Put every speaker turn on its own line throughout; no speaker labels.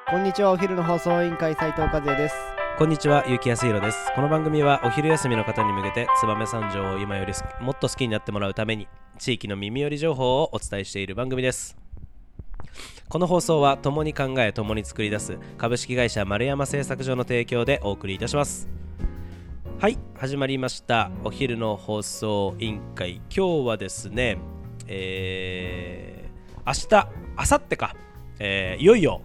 こんにちは。お昼の放送委員会斉藤和也です。
こんにちは、結城康弘です。この番組はお昼休みの方に向けて燕三条を今よりもっと好きになってもらうために地域の耳寄り情報をお伝えしている番組です。この放送は共に考え共に作り出す株式会社丸山製作所の提供でお送りいたします。はい、始まりましたお昼の放送委員会。今日はですね、明日、明後日か、いよいよ、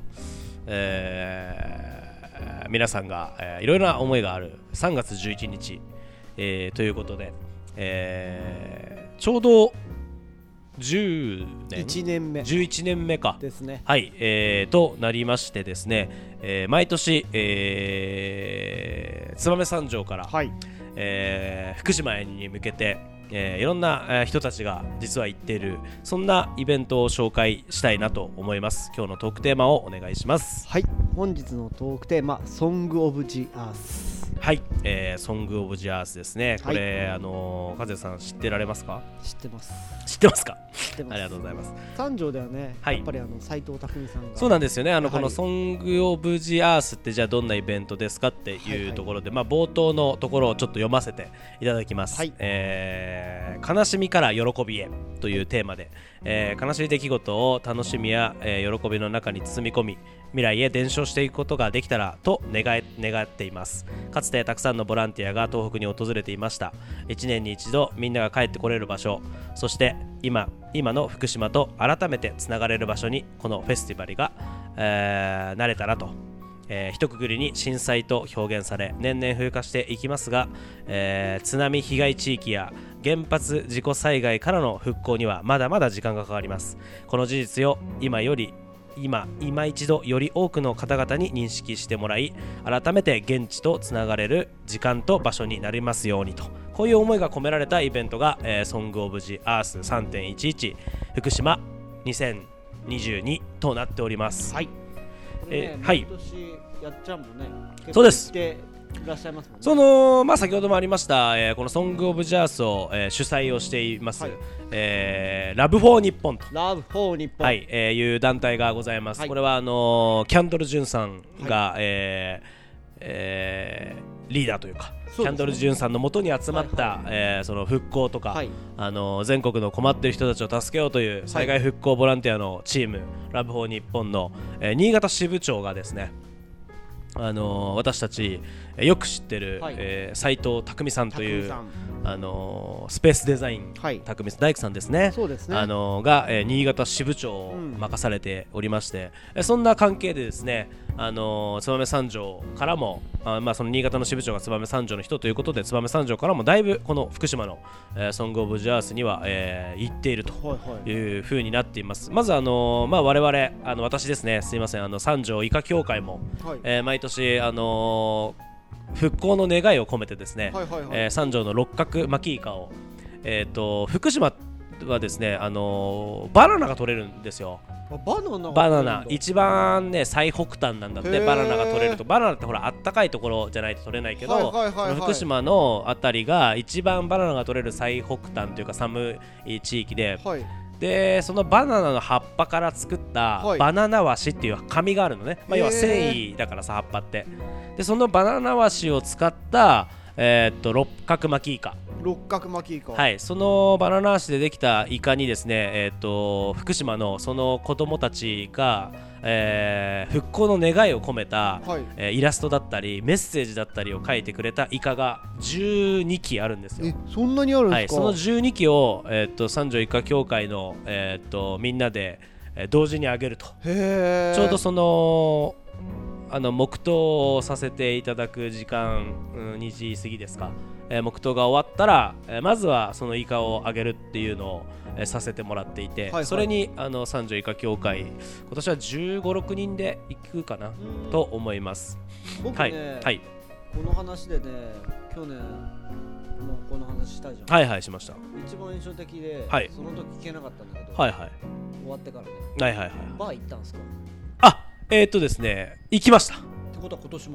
皆さんが、いろいろな思いがある3月11日、ということで、ちょうど10年
1年目
11年目か
ですね。
はい、となりましてですね、毎年、燕三条から、
はい、
福島に向けて、いろんな、人たちが実は行っているそんなイベントを紹介したいなと思います。今日のトークテーマをお願いします。
はい、本日のトークテーマソングオブジアース。
はい、ソングオブジアースですね。これ、
はい、
和也さん知ってられますか？
知ってます。
知ってますか？
知ってます。
ありがとうございます。
三条ではね、
はい、
やっぱり斉藤匠さんが
そうなんですよね。このソングオブジアースってじゃあどんなイベントですかっていうところで、冒頭のところをちょっと読ませていただきます。はい、悲しみから喜びへというテーマで、悲しい出来事を楽しみや、喜びの中に包み込み未来へ伝承していくことができたらと願っています。かつてたくさんのボランティアが東北に訪れていました。1年に一度みんなが帰ってこれる場所、そして今の福島と改めてつながれる場所にこのフェスティバルが、なれたらと、一括りに震災と表現され年々風化していきますが、津波被害地域や原発事故災害からの復興にはまだまだ時間がかかります。この事実を今一度より多くの方々に認識してもらい、改めて現地とつながれる時間と場所になりますようにと、こういう思いが込められたイベントが、ソングオブジアース 3.11 福島2022となっております。
はい、これね、
はい、
毎年やっちゃんもね、
そうです。
いらっしゃいますもんね。
先ほどもありました、このソングオブジャースを、主催をしています、
はい、
ラブフォー日本と
ラブフォー日本、
はい、いう団体がございます。はい、これはキャンドル・ジュンさんが、はい、リーダーというか、キャンドル・ジュンさんの元に集まった、その復興とか、はい、全国の困っている人たちを助けようという災害復興ボランティアのチーム、ラブフォー日本の、新潟支部長がですね、私たちよく知ってる、はい、斉藤匠さんというスペースデザイン、はい、匠大工さんですね。
そうですね。
が、新潟支部長を任されておりまして、そんな関係でですね、燕三条からもその新潟の支部長が燕三条の人ということで、燕三条からもだいぶこの福島の、ソングオブジャースには、行っているという風になっています。まず我々私ですね、すいません、三条医科協会も、はい、毎年復興の願いを込めてですね、三条の六角巻きイカを、福島はですね、バナナが取れるんですよ。バナナ一番ね最北端なんだって。バナナが取れると、バナナってほらあったかいところじゃないと取れないけど、福島のあたりが一番バナナが取れる最北端というか寒い地域で、はい、でそのバナナの葉っぱから作ったバナナ和紙っていう紙があるのね。要は繊維だからさ、葉っぱって。でそのバナナ和紙を使った六角巻きイカ、はい、そのバナナ足でできたイカにですね、福島のその子供たちが、復興の願いを込めた、はい、イラストだったりメッセージだったりを書いてくれたイカが12機あるんですよ。
そんなにあるんですか？
はい、その12機を、三条イカ協会の、みんなで、同時にあげると。ちょうどその黙祷をさせていただく時間、2時過ぎですか、黙祷が終わったら、まずはそのイカをあげるっていうのを、させてもらっていて、はいはい、それに三条イカ協会今年は15、6人で行くかなと思います。
僕ね、はい、この話でね、去年もこの話したじゃん。
はいはい、しました。
一番印象的で、はい、その時聞けなかったんだけど、
はいはい、
終わってからね、
はいはいはい、
バー行ったんですか？
ですね、行きました。
ってことは今年も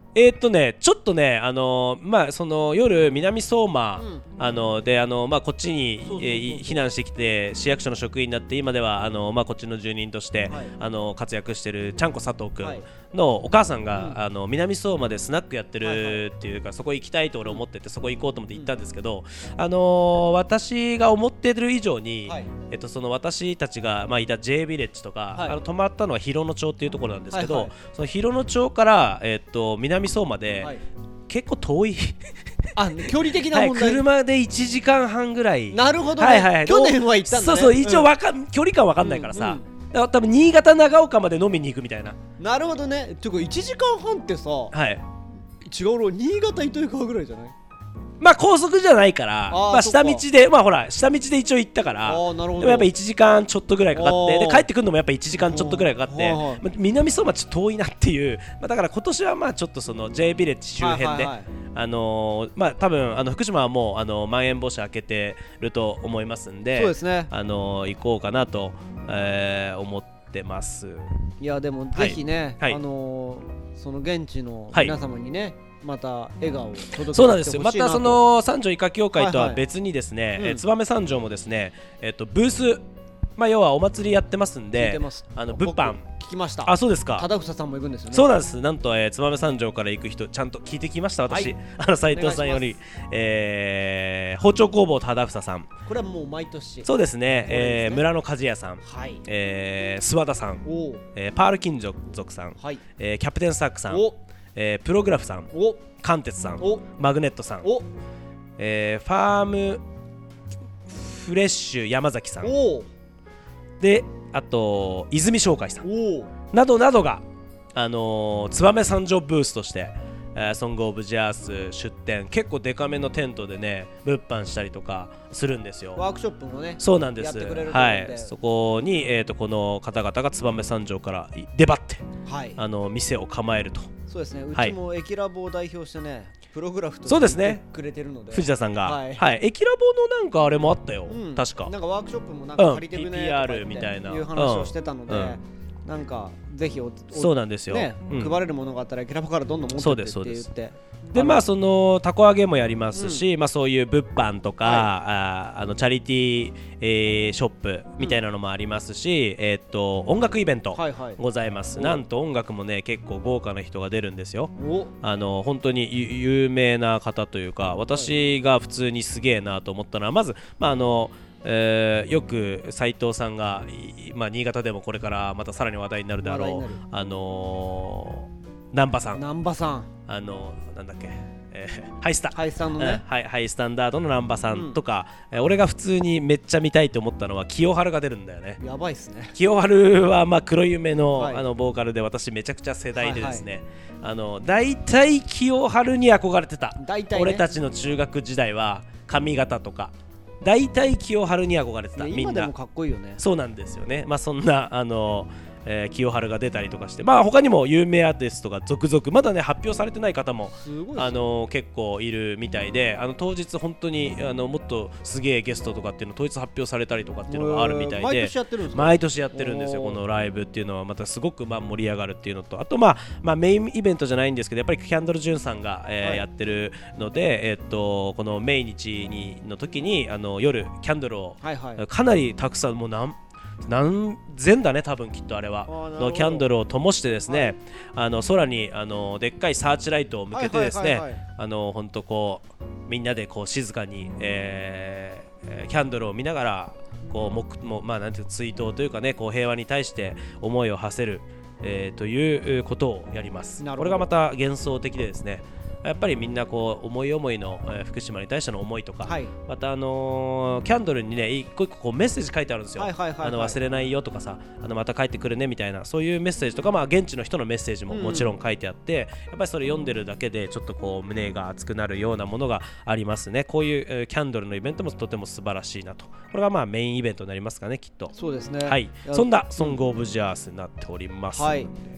ちょっとね、その夜南相馬、でこっちに避難してきて市役所の職員になって今ではこっちの住人として、活躍してるちゃんこ佐藤くんのお母さんが、南相馬でスナックやってるっていうか、そこ行きたいと俺思っててそこ行こうと思って行ったんですけど、私が思ってる以上に、その私たちが、いた J ビレッジとか、泊まったのは広野町っていうところなんですけど、その広野町から、南相馬で、結構遠い
距離的な問題、
車で1時間半ぐらい。
なるほどね、去年は行ったんだね。
そう一応距離感分かんないからさ、だから多分新潟長岡まで飲みに行くみたいな。
なるほどね。てか1時間半ってさ、違うの、新潟糸魚川ぐらいじゃない？
高速じゃないから、下道で、ほら下道で一応行ったから、でもやっぱ1時間ちょっとぐらいかかって、で帰ってくるのもやっぱ1時間ちょっとぐらいかかって、南相馬ちょっと遠いなっていう、だから今年はちょっとその J ビレッジ周辺で、多分福島はもうまん延防止明けてると思いますんで、
そうですね、
行こうかなと、思ってます。
いやでもぜひね、その現地の皆様にね、また笑顔を届けてほしいなと。
そうなんですよ。またその三条イカ協会とは別にですね、燕三条もですね、ブース、要はお祭りやってますんで、物販
聞きました。
あ、そうですか。
忠房さんも行くんですよね。
そうなんです。なんと、燕三条から行く人ちゃんと聞いてきました私、斉藤さんより、包丁工房忠房さん、
これはもう毎年。そう
ですね、村野鍛冶屋さん、諏訪田さん、パール金属さん、キャプテンスタックさん、プログラフさん、関鉄さん、マグネットさん、ファームフレッシュ山崎さんで、あと泉商会さんなどなどが、燕三条ブースとして、ソングオブジャース出店、結構デカめのテントでね物販したりとかするんですよ。
ワークショップもね、
そうなんです。
やってくれると思って、
そこに、この方々が燕三条から出張って、店を構えると。
そうですね、うちもエキラボを代表してね、プログラフと
して
くれてるので、
藤田さんが、エキラボのなんかあれもあったよ、確か。
なんかワークショップもなんか借りてくねとか
PPR みたいな
いう話をしてたので、なんかぜひ
そうなんですよ、
配れるものがあったらエキラボからどんどん持ってってって言って、
でそのたこ揚げもやりますし、そういう物販とか、チャリティー、ショップみたいなのもありますし、音楽イベントございます。なんと音楽もね結構豪華な人が出るんですよ。本当に有名な方というか、私が普通にすげえなと思ったのは、まずよく斉藤さんが、新潟でもこれからまたさらに話題になるであろう難波さん、なんだっけ、ハイスタのね、ハイスタンダードの難波さんとか、俺が普通にめっちゃ見たいと思ったのは清春が出るんだよね。
やばいっすね。
清春は黒夢の、ボーカルで、私めちゃくちゃ世代でですね、だいたい清春に憧れてた。俺たちの中学時代は髪型とかだいたい清春に憧れてた、みんな。
今でもかっこいいよね。
そうなんですよね。そんな清春が出たりとかして、他にも有名アーティストが続々、まだね発表されてない方も結構いるみたいで、当日本当にもっとすげえゲストとかっていうの当日発表されたりとかっていうのがあるみたいで、
毎年やってるんですか？
毎年やってるんですよ。このライブっていうのはまたすごく盛り上がるっていうのと、あとメインイベントじゃないんですけど、やっぱりキャンドル・ジュンさんがやってるので、この命日の時に夜キャンドルをかなりたくさん、もう何千だね多分きっとあれはのキャンドルを灯してですね、空にでっかいサーチライトを向けてですね、本当こうみんなでこう静かに、キャンドルを見ながらこうなんていう追悼というかね、こう平和に対して思いを馳せる、ということをやります。これがまた幻想的でですね、やっぱりみんなこう思い思いの、福島に対しての思いとか、またキャンドルにね一個一個こうメッセージ書いてあるんですよ。忘れないよとかさ、また帰ってくるねみたいな、そういうメッセージとか、現地の人のメッセージももちろん書いてあって、やっぱりそれ読んでるだけでちょっとこう胸が熱くなるようなものがありますね。こういう、キャンドルのイベントもとても素晴らしいなと。これがメインイベントになりますかね、きっと。
そうですね。
そんなソングオブジャースになっておりますので、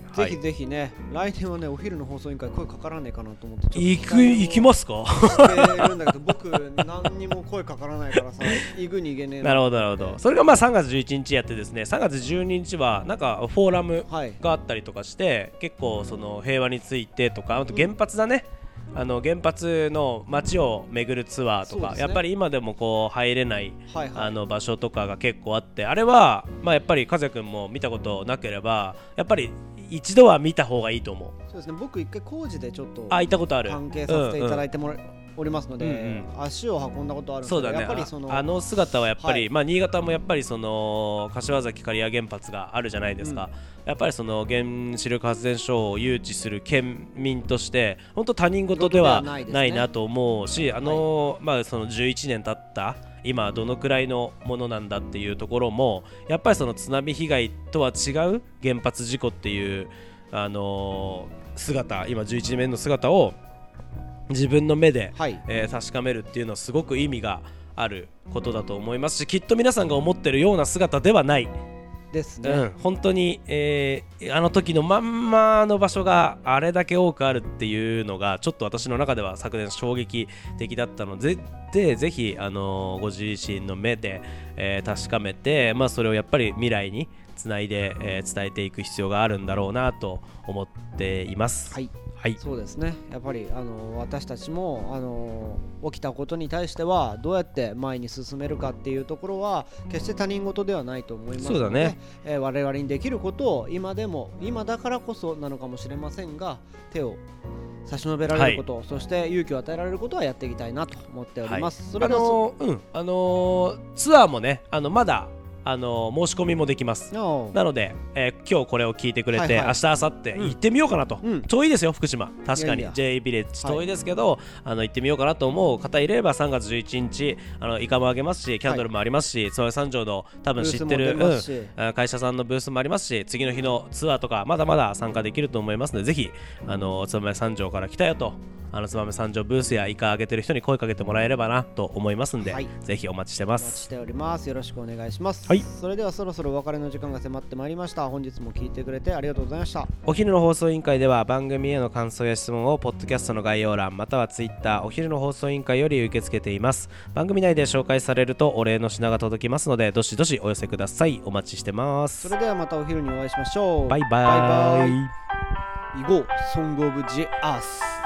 ぜひぜひね、来年はねお昼の放送委員会声かからねえかなと思って、
行きますか
してるんだけど僕何にも声かからないからさ行くに行けねえ
なるほどなるほど。それがまあ3月11日やってですね、3月12日はなんかフォーラムがあったりとかして、結構その平和についてとか、あと原発だね、原発の街を巡るツアーとか、やっぱり今でもこう入れない、場所とかが結構あって、あれはまあやっぱり和也君も見たことなければやっぱり一度は見た方がいいと思う。
そうですね、僕一回工事でちょっと
行ったことある、
関係させていただいておりますので、足を運んだことあるんですけど、
そうだね、やっぱりあの姿はやっぱり、まあ新潟もやっぱりその柏崎刈羽原発があるじゃないですか、やっぱりその原子力発電所を誘致する県民として本当他人事ではないなと思うし、まあその11年経った今どのくらいのものなんだっていうところも、やっぱりその津波被害とは違う原発事故っていう姿、今11年目の姿を自分の目で、確かめるっていうのはすごく意味があることだと思いますし、きっと皆さんが思ってるような姿ではない
ですね、
本当に、あの時のまんまの場所があれだけ多くあるっていうのがちょっと私の中では昨年衝撃的だったので、ぜひご自身の目で、確かめて、まあ、それをやっぱり未来につないで、伝えていく必要があるんだろうなと思っています。
そうですね、やっぱり私たちも起きたことに対してはどうやって前に進めるかっていうところは決して他人事ではないと思いますので、我々にできることを今だからこそなのかもしれませんが、手を差し伸べられること、そして勇気を与えられることはやっていきたいなと思っております。それでツア
ーもね、まだ申し込みもできます。なので、今日これを聞いてくれて、明日明後日行ってみようかなと、遠いですよ福島、確かに J ビレッジ遠いですけど、行ってみようかなと思う方いれば3月11日イカもあげますし、キャンドルもありますし、燕三条の多分知ってる、会社さんのブースもありますし、次の日のツアーとかまだまだ参加できると思いますので、ぜひ燕三条から来たよと、燕三条ブースやイカあげてる人に声かけてもらえればなと思いますんで、ぜひお待ちしてます。
お待ちしております。よろしくお願いします。それではそろそろお別れの時間が迫ってまいりました。本日も聞いてくれてありがとうございました。
お昼の放送委員会では番組への感想や質問をポッドキャストの概要欄またはツイッターお昼の放送委員会より受け付けています。番組内で紹介されるとお礼の品が届きますので、どしどしお寄せください。お待ちしてます。
それではまたお昼にお会いしましょう。
バイバイ。
以後ソングオブジェアース。